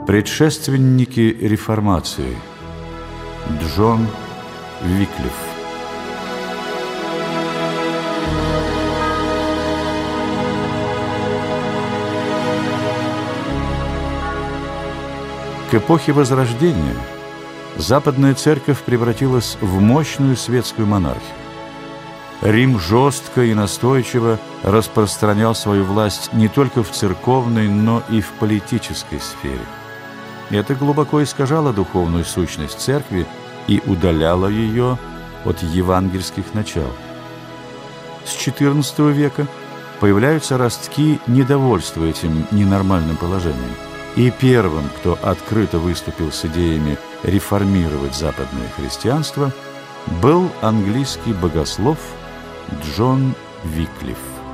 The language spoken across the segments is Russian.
Предшественники реформации. Джон Виклиф. К эпохе Возрождения Западная Церковь превратилась в мощную светскую монархию. Рим жестко и настойчиво распространял свою власть не только в церковной, но и в политической сфере. Это глубоко искажало духовную сущность Церкви и удаляло ее от евангельских начал. С XIV века появляются ростки недовольства этим ненормальным положением. И первым, кто открыто выступил с идеями реформировать западное христианство, был английский богослов Джон Виклиф.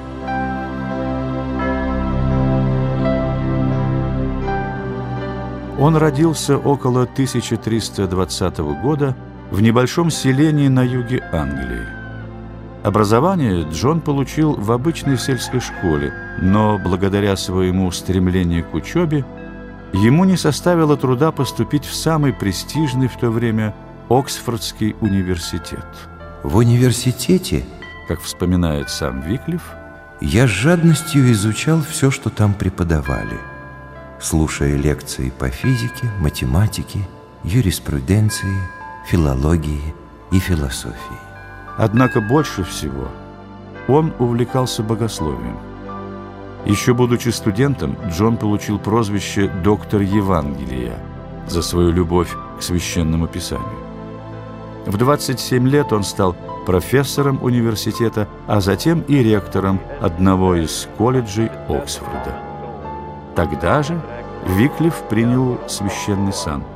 Он родился около 1320 года в небольшом селении на юге Англии. Образование Джон получил в обычной сельской школе, но благодаря своему стремлению к учебе ему не составило труда поступить в самый престижный в то время Оксфордский университет. В университете, как вспоминает сам Виклиф, я с жадностью изучал все, что там преподавали, слушая лекции по физике, математике, юриспруденции, филологии и философии. Однако больше всего он увлекался богословием. Еще будучи студентом, Джон получил прозвище «доктор Евангелия» за свою любовь к священному писанию. В 27 лет он стал профессором университета, а затем и ректором одного из колледжей Оксфорда. Тогда же Виклиф принял священный сан.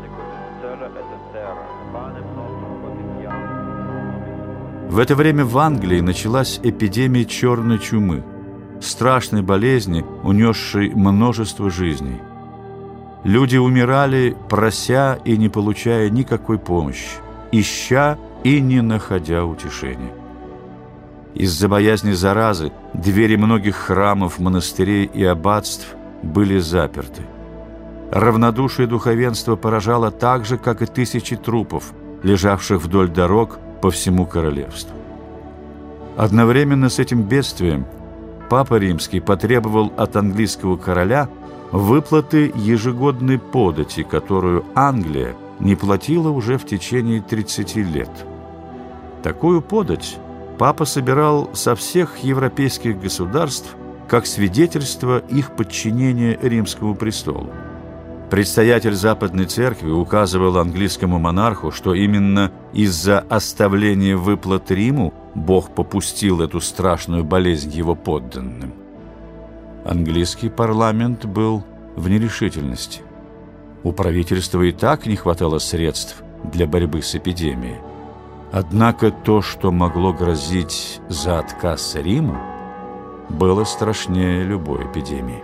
В это время в Англии началась эпидемия черной чумы, страшной болезни, унесшей множество жизней. Люди умирали, прося и не получая никакой помощи, ища и не находя утешения. Из-за боязни заразы двери многих храмов, монастырей и аббатств были заперты. Равнодушие духовенства поражало так же, как и тысячи трупов, лежавших вдоль дорог по всему королевству. Одновременно с этим бедствием Папа Римский потребовал от английского короля выплаты ежегодной подати, которую Англия не платила уже в течение 30 лет. Такую подать папа собирал со всех европейских государств как свидетельство их подчинения римскому престолу. Предстоятель Западной Церкви указывал английскому монарху, что именно из-за оставления выплат Риму Бог попустил эту страшную болезнь его подданным. Английский парламент был в нерешительности. У правительства и так не хватало средств для борьбы с эпидемией. Однако то, что могло грозить за отказ Риму, было страшнее любой эпидемии.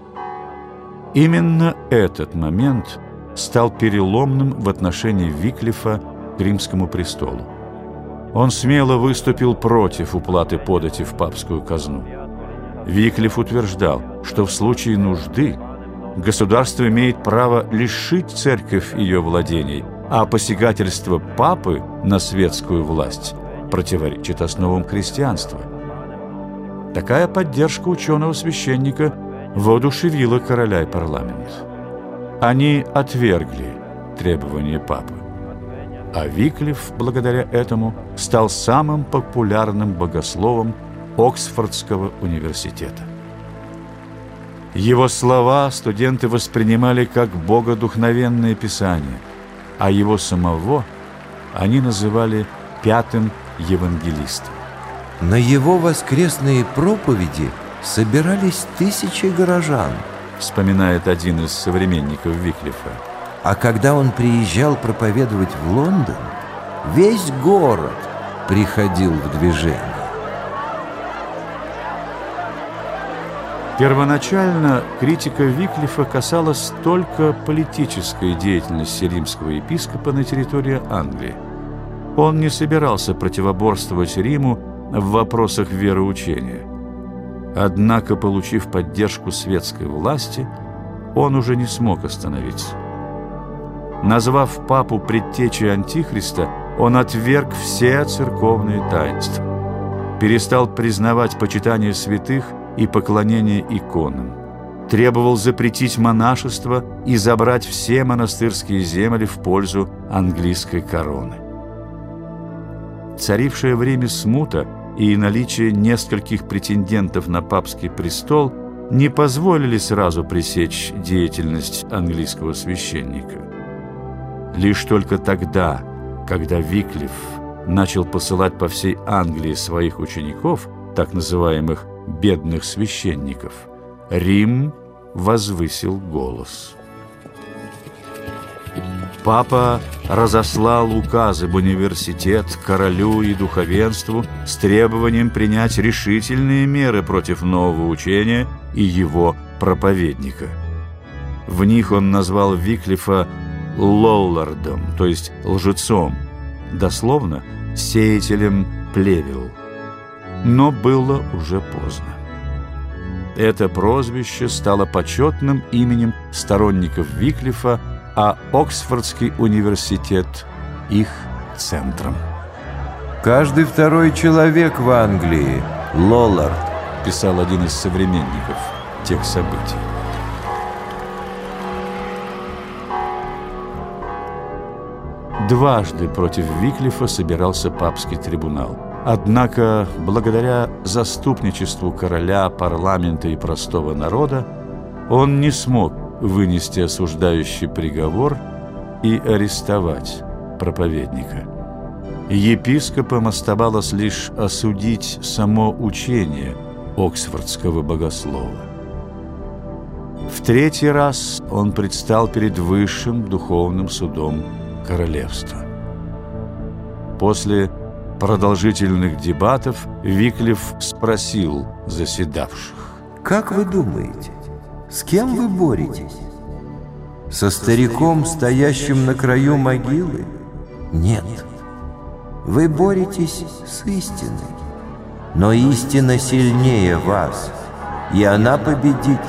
Именно этот момент стал переломным в отношении Виклифа к римскому престолу. Он смело выступил против уплаты подати в папскую казну. Виклиф утверждал, что в случае нужды государство имеет право лишить церковь ее владений, а посягательство папы на светскую власть противоречит основам христианства. Такая поддержка ученого-священника воодушевила короля и парламент. Они отвергли требования папы, а Виклиф, благодаря этому, стал самым популярным богословом Оксфордского университета. Его слова студенты воспринимали как богодухновенное писание, а его самого они называли «пятым евангелистом». На его воскресные проповеди собирались тысячи горожан, вспоминает один из современников Виклифа. А когда он приезжал проповедовать в Лондон, весь город приходил в движение. Первоначально критика Виклифа касалась только политической деятельности римского епископа на территории Англии. Он не собирался противоборствовать Риму в вопросах вероучения. Однако, получив поддержку светской власти, он уже не смог остановиться. Назвав папу предтечей Антихриста, он отверг все церковные таинства, перестал признавать почитание святых и поклонение иконам, требовал запретить монашество и забрать все монастырские земли в пользу английской короны. Царившая в Риме смута и наличие нескольких претендентов на папский престол не позволили сразу пресечь деятельность английского священника. Лишь только тогда, когда Виклиф начал посылать по всей Англии своих учеников, так называемых «бедных священников», Рим возвысил голос. Папа разослал указы в университет, королю и духовенству с требованием принять решительные меры против нового учения и его проповедника. В них он назвал Виклифа Лоллардом, то есть лжецом, дословно сеятелем плевел. Но было уже поздно. Это прозвище стало почетным именем сторонников Виклифа, а Оксфордский университет – их центром. «Каждый второй человек в Англии – Лоллард», – писал один из современников тех событий. Дважды против Виклифа собирался папский трибунал. Однако, благодаря заступничеству короля, парламента и простого народа, он не смог вынести осуждающий приговор и арестовать проповедника. Епископам оставалось лишь осудить само учение оксфордского богослова. В третий раз он предстал перед высшим духовным судом королевства. После продолжительных дебатов Виклиф спросил заседавших: «Как вы думаете, с кем вы боретесь? Со стариком, стоящим на краю могилы? Нет. Вы боретесь с истиной. Но истина сильнее вас, и она победит».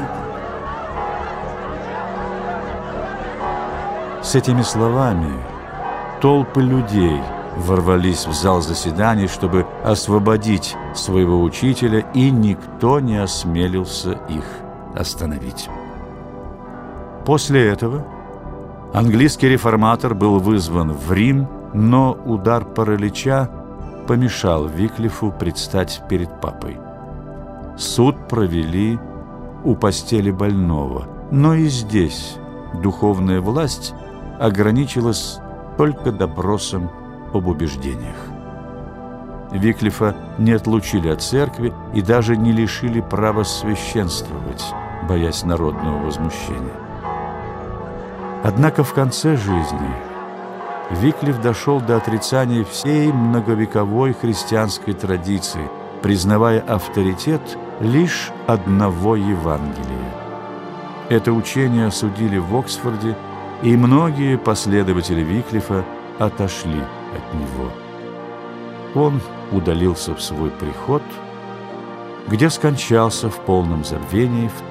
С этими словами толпы людей ворвались в зал заседаний, чтобы освободить своего учителя, и никто не осмелился их остановить. После этого английский реформатор был вызван в Рим, но удар паралича помешал Виклифу предстать перед папой. Суд провели у постели больного, но и здесь духовная власть ограничилась только допросом об убеждениях. Виклифа не отлучили от церкви и даже не лишили права священствовать, боясь народного возмущения. Однако в конце жизни Виклиф дошел до отрицания всей многовековой христианской традиции, признавая авторитет лишь одного Евангелия. Это учение осудили в Оксфорде, и многие последователи Виклифа отошли от него. Он удалился в свой приход, где скончался в полном забвении в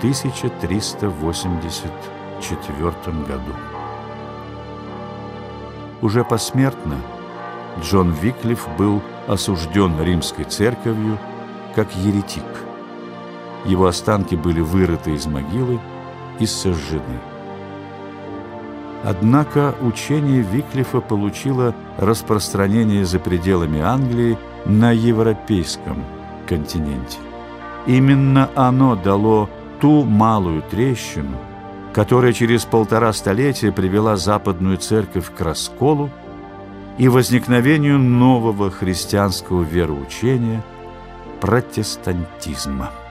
1384 году. Уже посмертно Джон Виклиф был осужден римской церковью как еретик. Его останки были вырыты из могилы и сожжены. Однако учение Виклифа получило распространение за пределами Англии на европейском континенте. Именно оно дало ту малую трещину, которая через 1,5 столетия привела Западную Церковь к расколу и возникновению нового христианского вероучения – протестантизма.